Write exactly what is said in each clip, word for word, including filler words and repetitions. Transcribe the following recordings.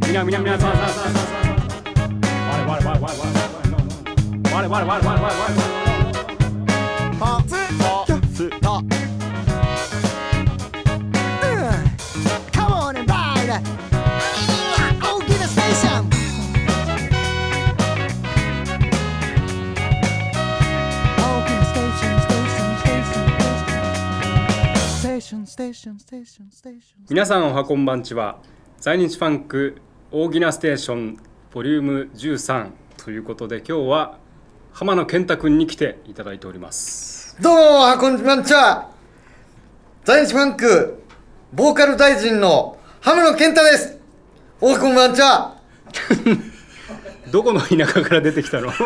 みなみなみなさあさあさあさあわれわれわれわれわれわれわれわれわれわれわれパツスタ Come on and ride大きなステーション大きなステーションステーションステーションステーションステーションステーションステーション皆さんおはこんばんちは。在日ファンク大喜なステーションボリュームじゅうさんということで、今日は浜野健太くんに来ていただいております。 どうもはこんにちは。在日ファンクボーカル大臣の浜野健太です。おはこんばんちは。 どこの田舎から出てきたの？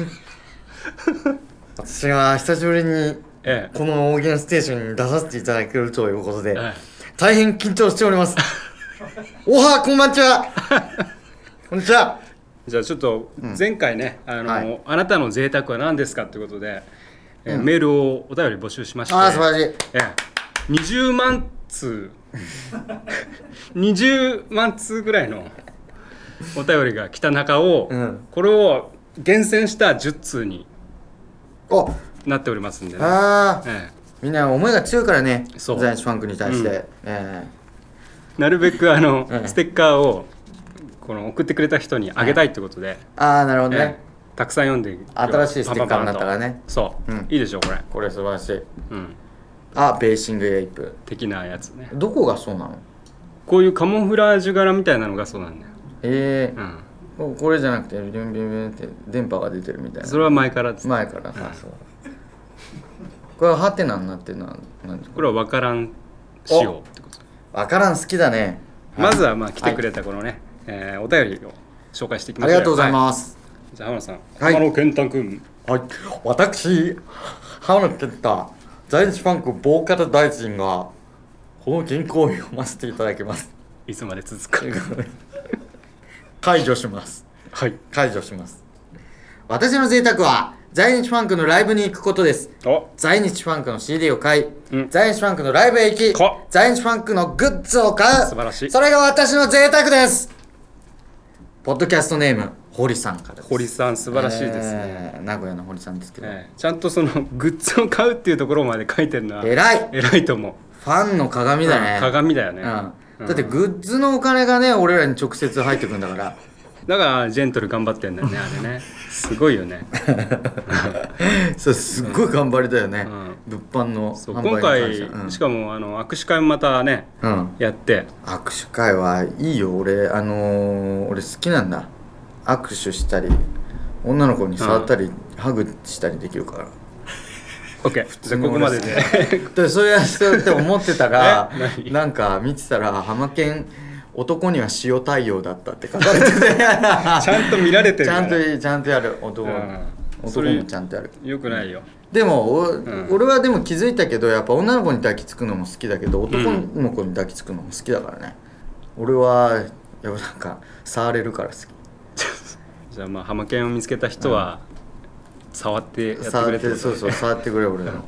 私は久しぶりにええ、 この大喜なステーションに出させていただけるということで、 ええ、 大変緊張しております。おはこんばんちは。こんにちは。 じゃあちょっと前回ね、うん、あの、はい、あなたの贅沢は何ですかということで、えーうん、メールをお便り募集しまして、 ああ素晴らしい、 えー、にじゅうまんつうにじゅうまんつうぐらいのお便りが来た中を、うん、これを厳選したじゅっつうになっておりますんでね。 あ、えー、みんな思いが強いからね、在日ファンクに対して、うん、えー、なるべくあの、うん、ステッカーをこの送ってくれた人にあげたいってことで、 ああなるほどね、 えー、たくさん読んで新しいステッカーになったからね。 そう、うん、いいでしょこれ。 これ素晴らしい、うん、あベーシングエイプ的なやつね。 どこがそうなの？ こういうカモフラージュ柄みたいなのがそうなんだよ。 ええー、うん、これじゃなくてビュンビュンビュンって電波が出てるみたいな。それは前からです、 前から、うん、あそうこれはハテナになってるのは何ですか？ これは分からん仕様ってこと。 分からん好きだね。 まずはまあ来てくれたこのね、はい、えー、お便りを紹介していきましょう。 ありがとうございます、 はい、じゃあ浜野さん、 はい、 浜野健太君。 はい、私浜野健太在日ファンクボーカル大臣がこの原稿を読ませていただきます。 いつまで続くか解除します。 はい、 解除します。私の贅沢は在日ファンクのライブに行くことです。在日ファンクの シーディー を買い、うん、在日ファンクのライブへ行き、在日ファンクのグッズを買う。 素晴らしい。 それが私の贅沢です。ポッドキャストネーム堀さんからです。 堀さん素晴らしいですね、 えー、名古屋の堀さんですけど、 えー、ちゃんとそのグッズを買うっていうところまで書いてるのは偉い偉いと思う。 ファンの鏡だね、 うん、鏡だよね、 うん、だってグッズのお金がね俺らに直接入ってくるんだからだからジェントル頑張ってんだよねあれね。すごいよね。 そうすっごい頑張りだよね、うん、物販のそう今回、うん、しかもあの握手会もまたね、うん、やって握手会はいいよ。俺あのー、俺好きなんだ。握手したり女の子に触ったり、うん、ハグしたりできるから。 オッケーじゃあここまでででそれはそうって思ってたらなんか見てたら浜県男には塩対応だったって書かれててちゃんと見られてる、 ね、ちゃんとちゃんとやる男、うん、男もちゃんとやる。 よくないよ。 でも、うん、俺はでも気づいたけどやっぱ女の子に抱きつくのも好きだけど男の子に抱きつくのも好きだからね、うん、俺はやっぱなんか触れるから好き。 じゃあまあ浜県を見つけた人は、うん、触ってやってくれてる、ね、 そうそう触ってくれ俺の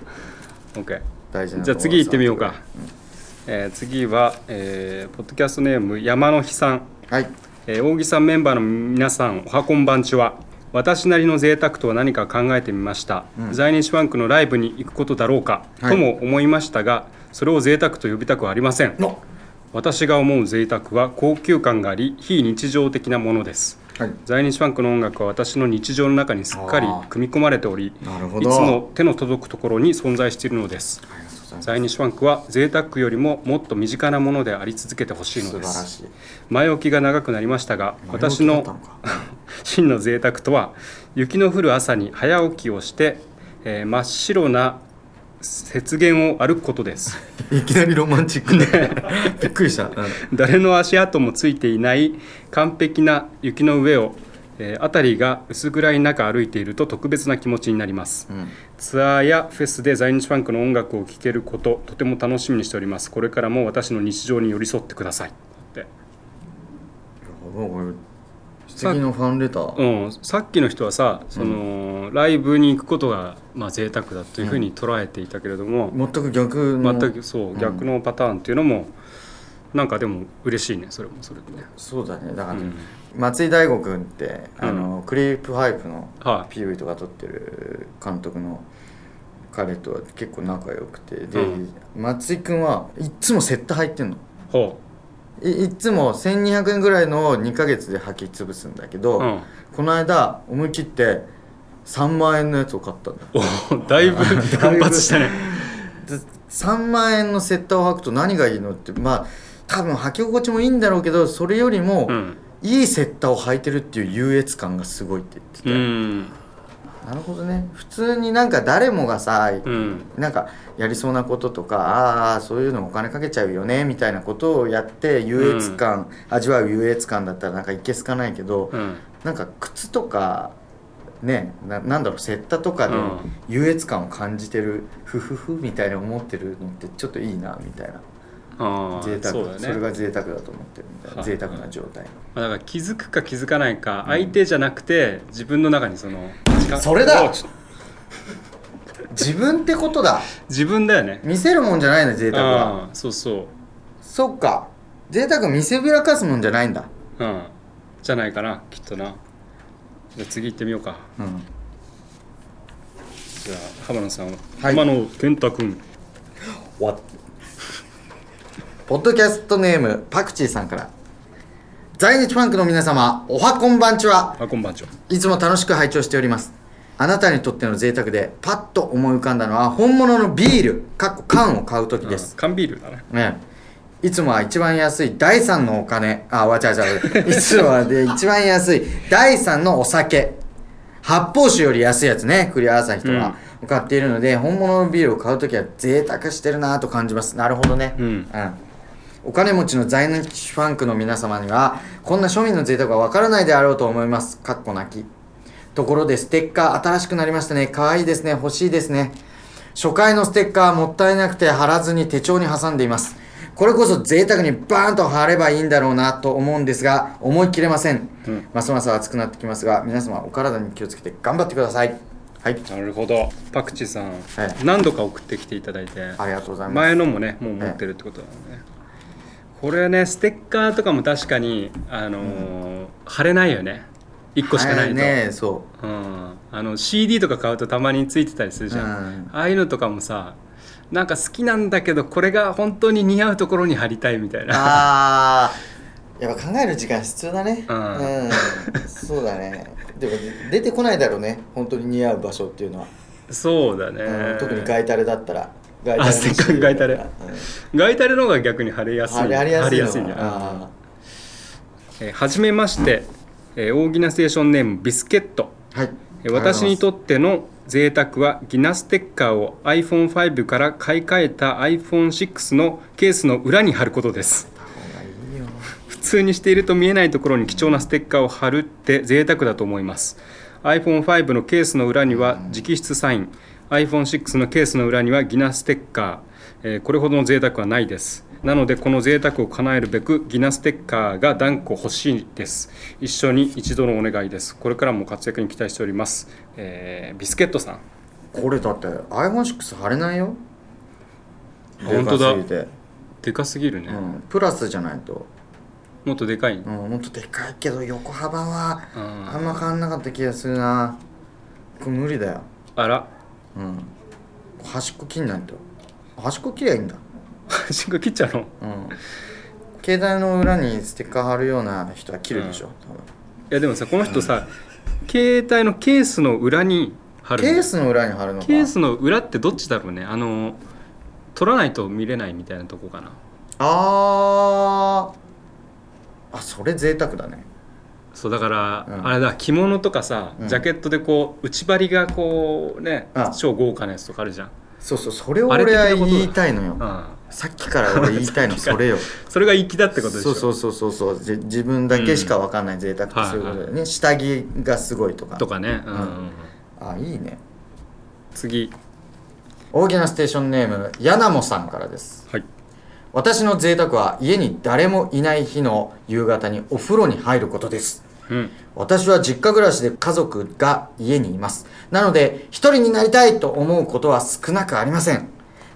OK 大事な。 じゃあ次行ってみようか、うんえー、次は、えー、ポッドキャストネーム山の日さん、 はいえー、大木さんメンバーの皆さんおはこんばんちは。私なりの贅沢とは何か考えてみました、うん、在日ファンクのライブに行くことだろうか、はい、とも思いましたがそれを贅沢と呼びたくはありません。私が思う贅沢は高級感があり非日常的なものです、はい、在日ファンクの音楽は私の日常の中にすっかり組み込まれておりいつも手の届くところに存在しているのです。在日ファンクは贅沢よりももっと身近なものであり続けてほしいのです。素晴らしい。前置きが長くなりましたが私の真の贅沢とは雪の降る朝に早起きをして、えー、真っ白な雪原を歩くことです。 いきなりロマンチックねびっくりした、うん、 誰の足跡もついていない完璧な雪の上をえー、辺りが薄暗い中歩いていると特別な気持ちになります、うん、ツアーやフェスで在日ファンクの音楽を聴けることとても楽しみにしております。これからも私の日常に寄り添ってくださいって素敵なファンレター、 うん、さっきの人はさその、うん、ライブに行くことが、まあ、贅沢だというふうに捉えていたけれども、 うん、全く逆の全くそう、うん、逆のパターンっていうのもなんかでも嬉しいねそれもそれでね。 そうだねだから、ねうん、 松井大吾君ってあの、 うん、 クリープハイプのはいピーブイ とか撮ってる監督の彼とは結構仲良くてで、うん、松井君はいっつもセット入ってんの。 ほう い, いっつもせんにひゃくえんぐらいのにかげつで履き潰すんだけど、うん、この間思い切ってさんまんえんのやつを買ったんだ。 おだいぶ奮発したねさんまんえんのセッターを履くと何がいいのってまあ多分履き心地もいいんだろうけどそれよりも、うん、いいセッターを履いてるっていう優越感がすごいって言ってて、うん、なるほどね。普通になんか誰もがさ、うん、なんかやりそうなこととかああそういうのお金かけちゃうよねみたいなことをやって優越感、うん、味わう優越感だったらなんかいけすかないけど、うん、なんか靴とかね、な, なんだろうセッターとかで優越感を感じてる、うん、ふふふみたいな思ってるのってちょっといいなみたいな。あ贅沢 そ,、ね、それが贅沢だと思ってるみたいな贅沢な状態、 だから気づくか気づかないか、うん、相手じゃなくて自分の中にそのそれだ自分ってことだ。 自分だよね。 見せるもんじゃないの贅沢は。 そうそうそっか贅沢見せびらかすもんじゃないんだ。 うんじゃないかなきっとな。じゃあ次行ってみようか、うん、じゃあ浜野さん、はい、浜野健太君 What? ポッドキャストネームパクチーさんから。在日ファンクの皆様おはこんばんちは。 おはこんばんちは。 いつも楽しく拝聴しております。あなたにとっての贅沢でパッと思い浮かんだのは本物のビールかっこ缶を買う時です。 缶ビールだね。 ねいつもは一番安いだいさんのお金あわちゃわちゃいつもはで一番安いだいさんのお酒発泡酒より安いやつねクリア朝日とは、うん、買っているので本物のビールを買うときは贅沢してるなと感じます。なるほどね、うんうん、お金持ちの在日ファンクの皆様にはこんな庶民の贅沢はわからないであろうと思います。かっこ泣き。ところでステッカー新しくなりましたね。かわいいですね。欲しいですね。初回のステッカーもったいなくて貼らずに手帳に挟んでいます。これこそ贅沢にバーンと貼ればいいんだろうなと思うんですが思い切れません、うん、ますます熱くなってきますが皆様お体に気をつけて頑張ってください。はい。 なるほど。パクチーさん、はい、何度か送ってきていただいてありがとうございます。 前のもねもう持ってるってことだもんね、はい、これねステッカーとかも確かにあのーうん、貼れないよねいっこしかないと、 ねそう、 うん、あの シーディー とか買うとたまについてたりするじゃん、うん、ああいうのとかもさなんか好きなんだけどこれが本当に似合うところに貼りたいみたいな。 あーやっぱ考える時間必要だね、うん、うん、そうだね。でも出てこないだろうね本当に似合う場所っていうのは。そうだね、うん、特にガイタレだったらガイタレのシールガイタレ、うん、ガイタレの方が逆に貼れやすい貼れやすいの貼りやすいんじゃない。えー、はじめまして、えー、大喜なステーションネームビスケット、はい、えー、私にとっての贅沢はギナステッカーを アイフォンファイブ から買い替えた アイフォンシックス のケースの裏に貼ることです。普通にしていると見えないところに貴重なステッカーを貼るって贅沢だと思います。 アイフォンファイブ のケースの裏には直筆サイン、 アイフォンシックス のケースの裏にはギナステッカー、えー、これほどの贅沢はないです。なのでこの贅沢を叶えるべくギナステッカーが断固欲しいです。一緒に一度のお願いです。これからも活躍に期待しております、えー、ビスケットさん。 これだって アイフォンシックス 貼れないよ。 本当だでかすぎるね、 うん、プラスじゃないともっとでかい、 うん、もっとでかいけど横幅はあんま変わんなかった気がするな。これ無理だよ。 あら、 うん、端っこ切んないと。端っこ切りゃいいんだ。 端っこ切っちゃうの、うん、 携帯の裏にステッカー貼るような人は切るでしょ、うん、多分。いやでもさこの人さ、うん、携帯のケースの裏に貼る。 ケースの裏に貼るのか。 ケースの裏ってどっちだろうね。あの取らないと見れないみたいなとこかな。 あーあ、それ贅沢だね。 そうだから、うん、あれだ着物とかさ、うん、ジャケットでこう内張りがこうね超豪華なやつとかあるじゃん。 そうそう、それを俺は言いたいのよ、うん、さっきから俺言いたいのそれよ。 それが粋だってことでしょ。 そうそうそうそうそう、自分だけしか分かんない贅沢ってそういうことだよね、はいはい、下着がすごいとかとかね、うんうんうん、 あ、いいね。 次大きなステーションネームやなもさんからです、はい、私の贅沢は家に誰もいない日の夕方にお風呂に入ることです、うん、私は実家暮らしで家族が家にいます。なので一人になりたいと思うことは少なくありません。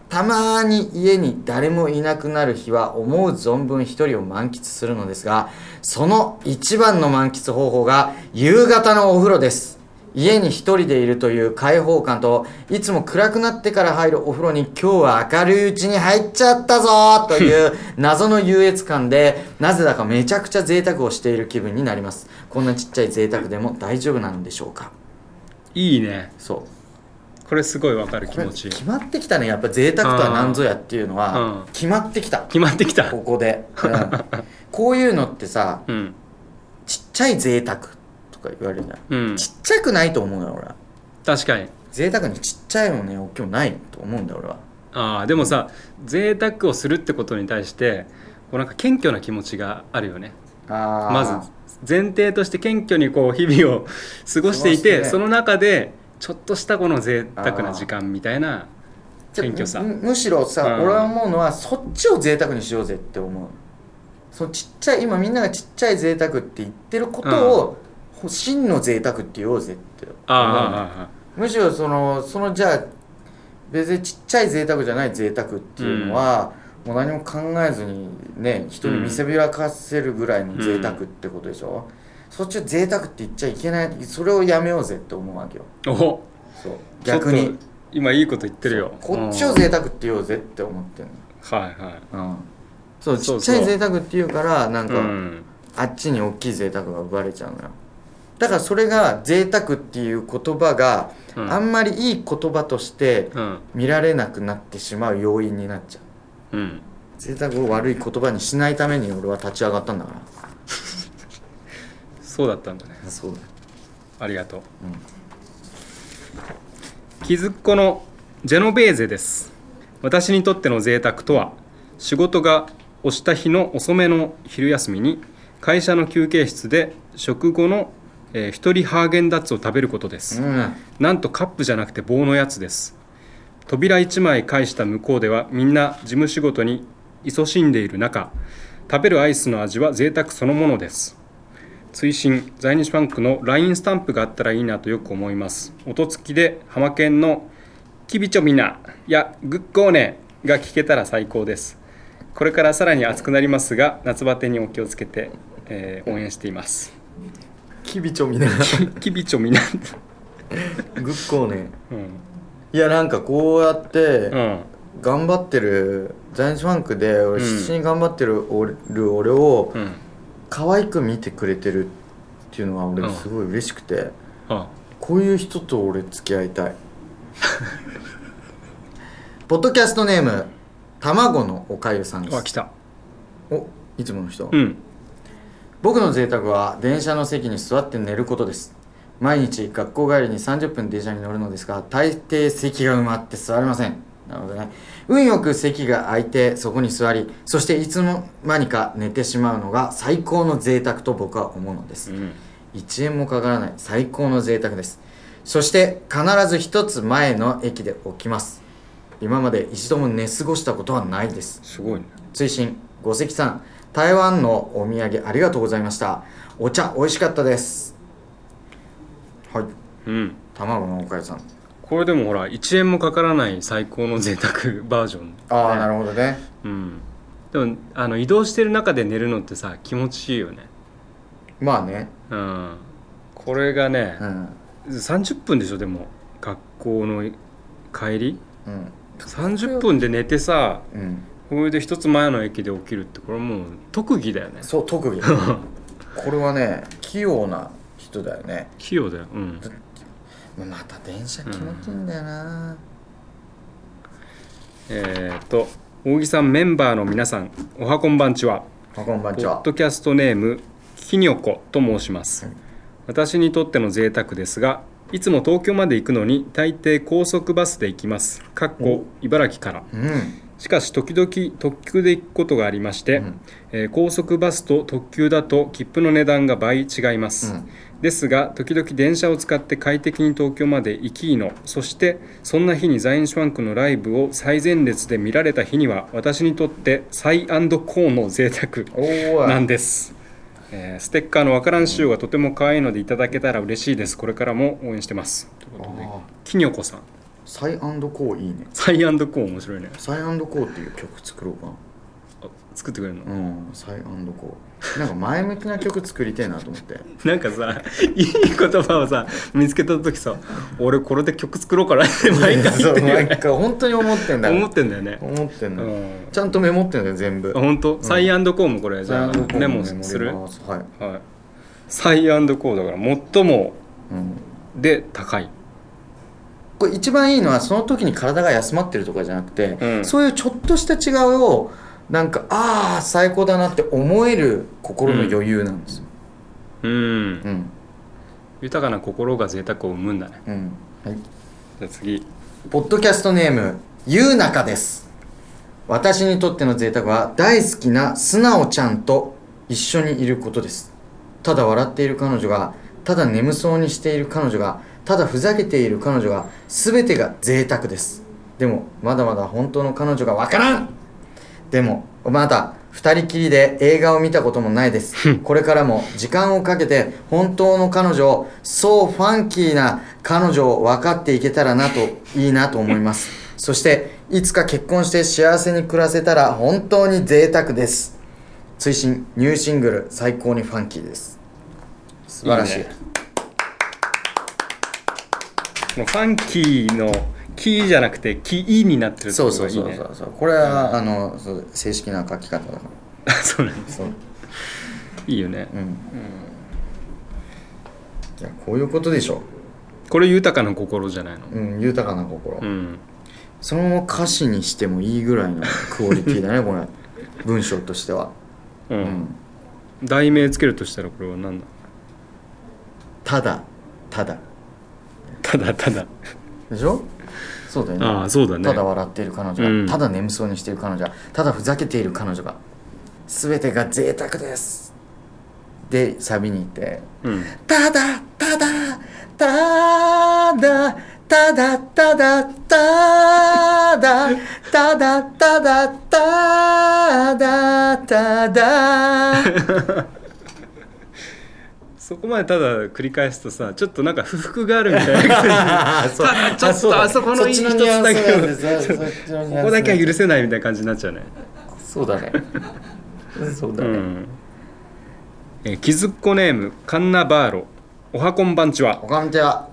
たまに家に誰もいなくなる日は思う存分一人を満喫するのですが、その一番の満喫方法が夕方のお風呂です。家に一人でいるという開放感と、いつも暗くなってから入るお風呂に今日は明るいうちに入っちゃったぞという謎の優越感で、なぜだかめちゃくちゃ贅沢をしている気分になります。こんなちっちゃい贅沢でも大丈夫なのでしょうか。 いいね。 そうこれすごいわかる気持ち。 決まってきたね。やっぱ贅沢とは何ぞやっていうのは決まってきた。 決まってきた。 ここで、うん、こういうのってさ、うん、ちっちゃい贅沢とか言われるじゃん、うん、ちっちゃくないと思うよ俺は。 確かに贅沢にちっちゃいのね大きくないと思うんだよ俺は。 ああでもさ、うん、贅沢をするってことに対してこうなんか謙虚な気持ちがあるよね。あまず前提として謙虚にこう日々を過ごしていて、ね、その中でちょっとしたこの贅沢な時間みたいな謙虚さ。 む, むしろさ、うん、俺は思うのはそっちを贅沢にしようぜって思う。そのちっちゃい今みんながちっちゃい贅沢って言ってることを、うん、真の贅沢って言おうぜって思う。あむしろそのそのじゃあ別にちっちゃい贅沢じゃない贅沢っていうのは、うん、もう何も考えずにね人に見せびらかせるぐらいの贅沢ってことでしょ、うんそっちを贅沢って言っちゃいけない。それをやめようぜって思うわけよ。おそう逆に今いいこと言ってるよ。 こっちを贅沢って言おうぜって思ってるの。はいはい、うん、そうちっちゃい贅沢って言うからなんか、うん、あっちに大きい贅沢が奪われちゃうのよ。だからそれが贅沢っていう言葉が、うん、あんまりいい言葉として見られなくなってしまう要因になっちゃう、うん、贅沢を悪い言葉にしないために俺は立ち上がったんだからそうだったんだね。 そうだ。 ありがとう。うん、木津っ子のジェノベーゼです。私にとっての贅沢とは、仕事が押した日の遅めの昼休みに会社の休憩室で食後の、えー、一人ハーゲンダッツを食べることです。うん、なんとカップじゃなくて棒のやつです。扉一枚返した向こうではみんな事務仕事に勤しんでいる中、食べるアイスの味は贅沢そのものです。追伸在日ファンクの ライン スタンプがあったらいいなとよく思います。音付きでハマケンのキビチョミナやグッコーネが聞けたら最高です。これからさらに暑くなりますが夏バテにお気をつけて、えー、応援しています。 キビチョミナキビチョミナグッコーネ、うん、いやなんかこうやって、うん頑張ってる在日ファンクで俺必死に頑張ってる俺を可愛く見てくれてるっていうのは俺すごい嬉しくて、こういう人と俺付き合いたいポッドキャストネーム卵のおかゆさんです。 あ来た。 おいつもの人、 うん、 僕の贅沢は電車の席に座って寝ることです。毎日学校帰りにさんじゅっぷん電車に乗るのですが大抵席が埋まって座れません。なのでね、運よく席が空いてそこに座り、そしていつの間にか寝てしまうのが最高の贅沢と僕は思うのです、うん、いちえんもかからない最高の贅沢です。そして必ず一つ前の駅で起きます。今まで一度も寝過ごしたことはないです。 すごいね。 追伸五関さん、台湾のお土産ありがとうございました。お茶美味しかったです。はい、うん、卵のおかゆさん、 これでもほらいちえんもかからない最高の贅沢バージョン、ね、 ああなるほどね。 うんでもあの移動してる中で寝るのってさ気持ちいいよね。 まあね、 うん、これがね、うん、さんじゅっぷんでしょ。でも学校の帰り、うん、さんじゅっぷんで寝てさ、うん、これで一つ前の駅で起きるってこれもう特技だよね。 そう特技これはね器用な人だよね。 器用だよ。うんまた電車気持ちいいんだよな、うん、 えーと大木さんメンバーの皆さんおはこんばんちは。 おはこんばんちは。 ポッドキャストネームきにょこと申します、うん、私にとっての贅沢ですがいつも東京まで行くのに大抵高速バスで行きます。かっこ茨城から、うん、しかし時々特急で行くことがありまして、うんえー、高速バスと特急だと切符の値段が倍違います、うんですが時々電車を使って快適に東京まで行きの、そしてそんな日に在日ファンクのライブを最前列で見られた日には私にとってサイ&コーの贅沢なんです、えー、ステッカーのわからん仕様がとても可愛いのでいただけたら嬉しいです。これからも応援してますということできにょこさんサイ&コーいいね。 サイ&コー面白いね。 サイ&コーっていう曲作ろうかな。 あ、作ってくれるの？ うんサイ&コーなんか前向きな曲作りたいなと思ってなんかさ、いい言葉をさ見つけた時さ、俺これで曲作ろうかなって毎回言ってるよそうね。 毎回本当に思ってんだよ思ってんだよね。 思ってんの、 うんちゃんとメモってんだよ全部。 あ、本当？サイ&コーもこれじゃあサイ&コーもメモメモする？ りますはい、 はい。サイ&コーだから最もうん、 で高い。 これ一番いいのはその時に体が休まってるとかじゃなくて、 うん、 そういうちょっとした違いをなんかああ最高だなって思える心の余裕なんですよ。 うん、 うん、 豊かな心が贅沢を生むんだね。 うん、はい。 じゃあ次。 ポッドキャストネームゆうなかです。私にとっての贅沢は大好きな素直ちゃんと一緒にいることです。ただ笑っている彼女が、ただ眠そうにしている彼女が、ただふざけている彼女が、全てが贅沢です。でもまだまだ本当の彼女がわからん。でもまだ二人きりで映画を見たこともないです。これからも時間をかけて本当の彼女を、そうファンキーな彼女を分かっていけたらなといいなと思います。そしていつか結婚して幸せに暮らせたら本当に贅沢です。追伸ニューシングル最高にファンキーです。素晴らしい。 いいね。このファンキーのキーじゃなくてキーになってるってそうことがいいね。 そうそうそうそうこれは、うん、あのそう正式な書き方だからそうなんです。 そういいよね。 うん、うん、いやこういうことでしょ。 これ豊かな心じゃないの？ うん豊かな心、 うん、 そのまま歌詞にしてもいいぐらいのクオリティだねこれ文章としては、 うんうん、 題名つけるとしたらこれは何だ？ ただただただただでしょ。そうだよね。 ああそうだね。 ただ笑っている彼女が、 うん、 ただ眠そうにしている彼女が、ただふざけている彼女が、全てが贅沢ですでサビに行って、 うん、 ただただただただただただただただただただそこまでただ繰り返すとさ、ちょっとなんか不服があるみたいな感じでちょっとあそこの一つだけここだけは許せないみたいな感じになっちゃうね。 そうだねそうだね、うん、 えキズッコネームカンナバーロ、おはこんばんちは。 おかんちは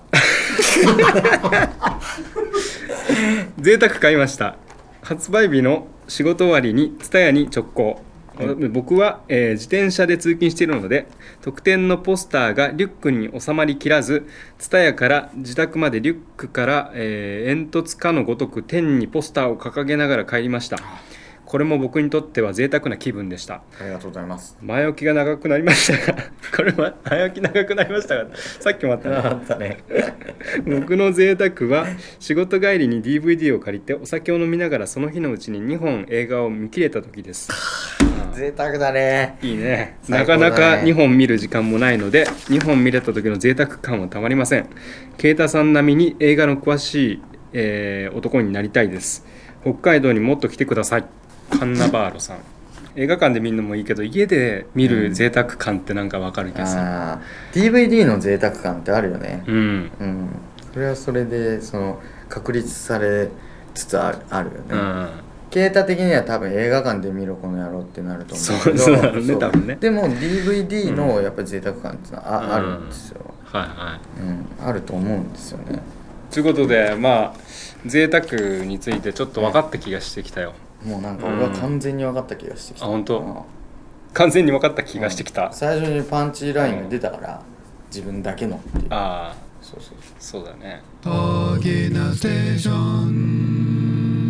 贅沢買いました。発売日の仕事終わりにTSUTAYAに直行。僕は、えー、自転車で通勤しているので、特典のポスターがリュックに収まりきらず、TSUTAYAから自宅までリュックから、えー、煙突かのごとく天にポスターを掲げながら帰りました。これも僕にとっては贅沢な気分でした。 ありがとうございます。 前置きが長くなりましたがこれは前置き長くなりましたがさっきもあったね。 あったね僕の贅沢は仕事帰りに ディーブイディー を借りてお酒を飲みながらその日のうちににほん映画を見切れた時です。 贅沢だね。 いいね。 最高だね。 なかなかにほん見る時間もないのでにほん見れた時の贅沢感はたまりません。啓太さん並みに映画の詳しい、えー、男になりたいです。北海道にもっと来てください。カンナバーロさん。映画館で見るのもいいけど家で見る贅沢感ってなんか分かる気がする、うん、 あ ディーブイディー の贅沢感ってあるよね。 うん、 うん、それはそれでその確立されつつある、あるよね、うん、啓太的には多分映画館で見ろこの野郎ってなると思うけど、 そうそうね多分ね。 でも ディーブイディー のやっぱり贅沢感ってのは あ,、うん、あるんですよ、 はいはい、 うん、あると思うんですよね。 ということでまあ贅沢についてちょっと分かった気がしてきたよ、ね。 もうなんか俺は完全に分かった気がしてきた、 うん、あ本当完全に分かった気がしてきた、 うん、最初にパンチラインが出たから、うん、自分だけのっていう。 ああそうそうそうだね。 大きなステーション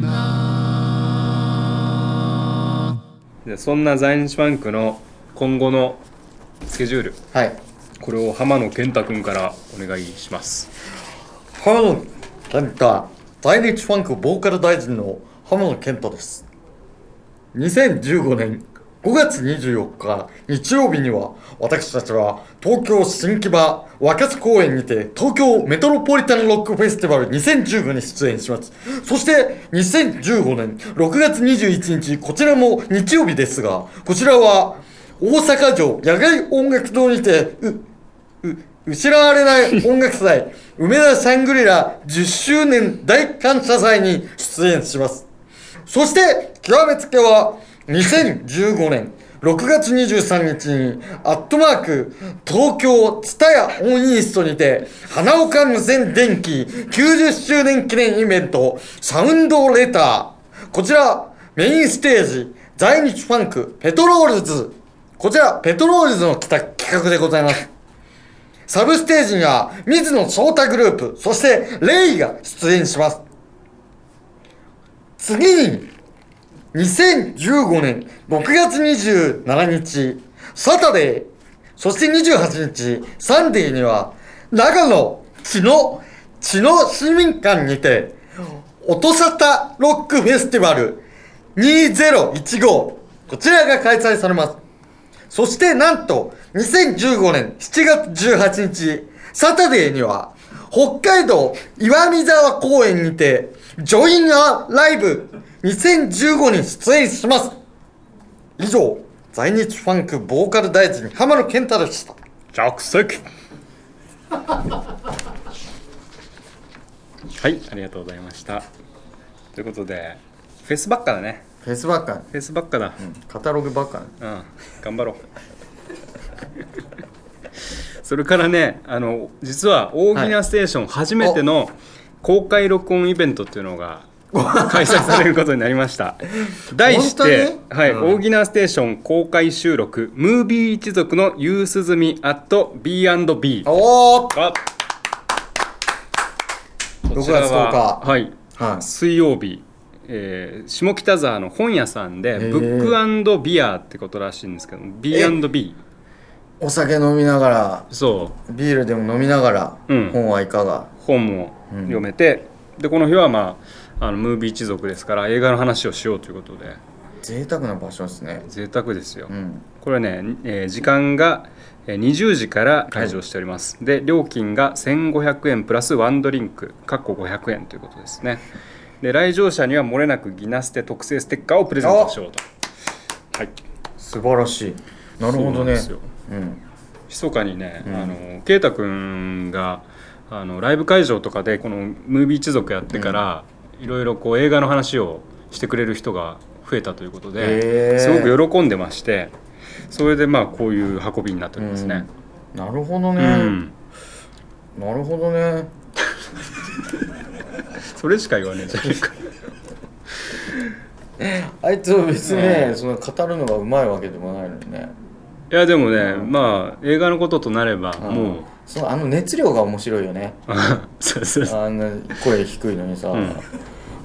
でそんな在日ファンクの今後のスケジュール、 はい、 これを浜野健太君からお願いします。 浜野健太、在日ファンクボーカル大臣の浜野健太です。にせんじゅうごねんごがつにじゅうよっか日曜日には私たちは東京新木場若洲公園にて東京メトロポリタンロックフェスティバルにせんじゅうごに出演します。そしてにせんじゅうごねんろくがつにじゅういちにち、こちらも日曜日ですが、こちらは大阪城野外音楽堂にてうう失われない音楽祭梅田サングリラじゅっしゅうねん大感謝祭に出演します。そして極めつけはにせんじゅうごねんろくがつにじゅうさんにちにアットマーク東京ツタヤオンイーストにて花岡無線電機きゅうじゅっしゅうねん記念イベントサウンドレター、こちらメインステージ在日ファンクペトロールズ、こちらペトロールズの企画でございます。サブステージには水野翔太グループ、そしてレイが出演します。次ににせんじゅうごねんろくがつにじゅうしちにちサタデー、そしてにじゅうはちにちサンデーには長野茅野茅野市民館にて音沙汰ロックフェスティバルにせんじゅうご、こちらが開催されます。そしてなんとにせんじゅうごねんしちがつじゅうはちにちサタデーには北海道岩見沢公園にてジョインアライブにせんじゅうごに出演します。以上、在日ファンクボーカル大臣浜野健太でした。 着席。はい、ありがとうございました。ということでフェスばっかだね。 フェスばっか、 フェスばっかだ、 うん、カタログばっか、 うん、頑張ろうそれからね、あの実は大喜なステーション初めての公開録音イベントっていうのが開催されることになりました題して、はい、うん、大喜なステーション公開収録ムービー一族の夕涼み at ビーアンドビー。 おー、 こちらはろくがつとおか、 はい、はい、水曜日、えー、下北沢の本屋さんでブック&ビアってことらしいんですけど ビーアンドビー、 お酒飲みながら、 そうビールでも飲みながら、うん、本はいかが、 本も読めて、うん、でこの日はまああのムービー一族ですから映画の話をしようということで、 贅沢な場所ですね。 贅沢ですよ、うん、これはね、えー、時間がにじゅうじから開場しております、はい、で料金がせんごひゃくえんプラスワンドリンクかっこごひゃくえんということですね。で来場者にはもれなくギナステ特製ステッカーをプレゼントしようと。はい、 素晴らしい。なるほどね。 うん、密かにね、うん、あの圭太君があのライブ会場とかでこのムービー一族やってからいろいろこう映画の話をしてくれる人が増えたということで、すごく喜んでまして、それでまあこういう運びになっておりますね。 うん、なるほどね、うん、なるほどねそれしか言わねえじゃねえかあいつは別にね、うん、その語るのがうまいわけでもないのにね。 いやでもね、うん、まあ映画のこととなればもう、うん、 そのあの熱量が面白いよねそうそうそう、 あんな声低いのにさ、うん、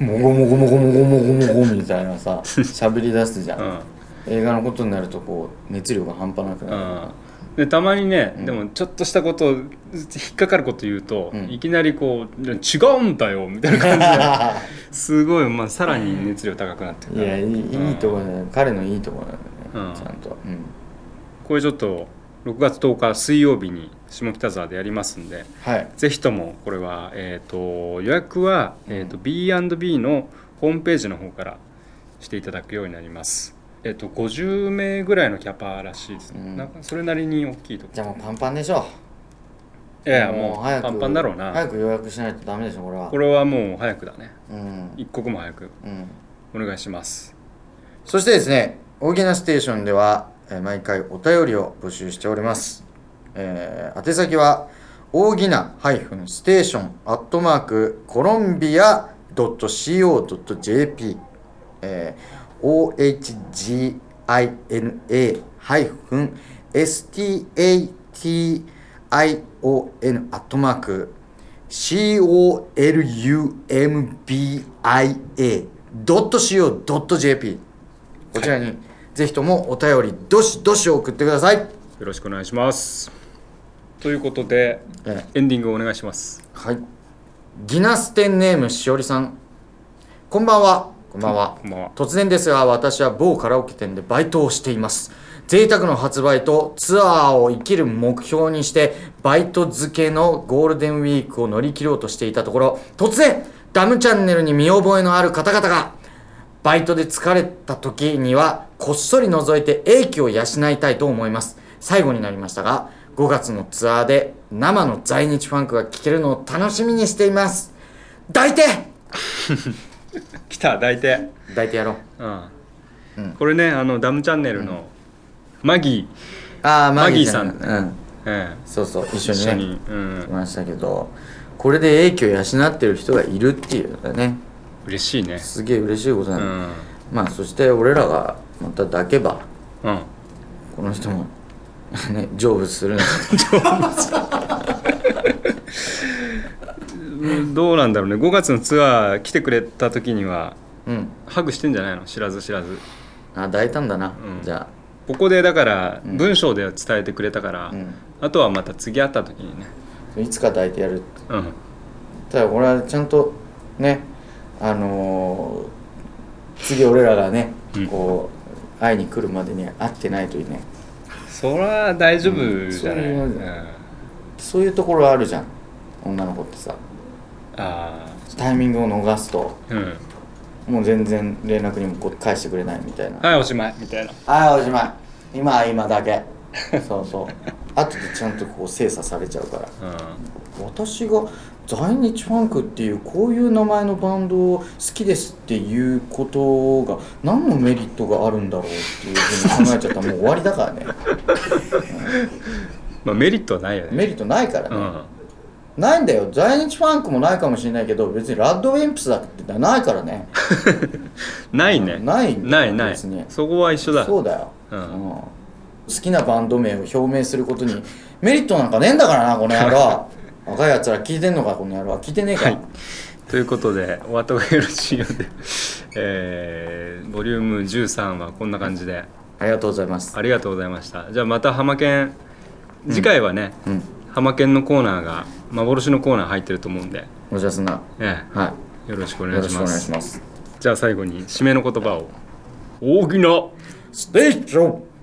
もごもごもごもごもごもごみたいなさ喋り出すじゃん、うん、映画のことになるとこう熱量が半端なくなる、うん、 でたまにね、うん、でもちょっとしたこと引っかかること言うと、うん、いきなりこう違うんだよみたいな感じですごい、まあ、さらに熱量高くなってる。 いやいい、うん、いいところだね、彼のいいところなんだね、うん、ちゃんと、うん、 これちょっとろくがつとおか水曜日に下北沢でやりますんで、はい、ぜひともこれは、えー、と予約は、えー、と ビーアンドビー のホームページの方からしていただくようになります。えっと、ごじゅうめいぐらいのキャパらしいですね、うん、なんかそれなりに大きいとこ。 じゃあもうパンパンでしょ。 いやいやもうパンパンだろうな。 早く予約しないとダメでしょこれは。 これはもう早くだね、うん、一刻も早く、うん、お願いします。 そしてですね、大喜なステーションでは毎回お便りを募集しております。えー、宛先は大喜なステーションアットマークコロンビア ドットシーオー ドット ジェーピー、えー オーエイチジーアイエヌエー ハイフン エスティーエーティーアイオーエヌ アットマーク シーオーエルユーエムビーアイエー ドットシーオー ドット ジェーピー こちらにぜひともお便りどしどし送ってください。よろしくお願いします。ということで、ええ、エンディングお願いします。 はい。ギナステンネームしおりさん、こんばんは。こんばんは。突然ですが私は某カラオケ店でバイトをしています。贅沢の発売とツアーを生きる目標にしてバイト漬けのゴールデンウィークを乗り切ろうとしていたところ、突然ダムチャンネルに見覚えのある方々がバイトで疲れた時にはこっそり覗いて英気を養いたいと思います。最後になりましたがごがつのツアーで生の在日ファンクが聴けるのを楽しみにしています。抱いて来た抱いて抱いてやろう。 うんうん、 これねあのダムチャンネルのマギー、 あーマギーさん、 うんええ、 そうそう一緒にね一緒に、うん、 来ましたけど、これで影響を養ってる人がいるっていうのがね嬉しいね。 すげえ嬉しいことなの、 うん、 まあそして俺らがまた抱けば、 うん、 この人もね成仏するんですどうなんだろうね。ごがつのツアー来てくれた時には、 うん、 ハグしてんじゃないの、知らず知らず。 あ抱いたんだな、うん、じゃあここでだから文章で伝えてくれたから、 うん、 あとはまた次会った時にねいつか抱いてやるって、 うん、 ただ俺はちゃんとねあのー、次俺らがね、うん、こう会いに来るまでに会ってないといいね。 そりゃ大丈夫じゃない、うん、そういう、うん、 そういうところあるじゃん女の子ってさ。 あタイミングを逃すと、 うん、 もう全然連絡にもこう返してくれないみたいな。 はいおしまいみたいな。 はいおしまい、今は今だけそうそう後でちゃんとこう精査されちゃうから、うん、私が在日ファンクっていうこういう名前のバンドを好きですっていうことが何のメリットがあるんだろうっていうふうに考えちゃったらもう終わりだからね、うん、 まあメリットはないよね。 メリットないからね、うん、ないんだよ。在日ファンクもないかもしれないけど別にラッドウィンプスだってないからねないね、 ないんだよ。ないない、そこは一緒だ。 そうだよ、うんうん、好きなバンド名を表明することにメリットなんかねえんだからなこの野郎若いやつら聞いてんのかこの野郎。聞いてねえか、はい、 ということでお後がよろしいようで、えー、ボリュームじゅうさんはこんな感じでありがとうございます。 ありがとうございました。じゃあまたハマケン次回はね、うんうん、ハマケンのコーナーが幻のコーナー入ってると思うんでおじゃすな、 ええ、はい、よろしくお願いします。 よろしくお願いします。 じゃあ最後に締めの言葉を。大きなステーション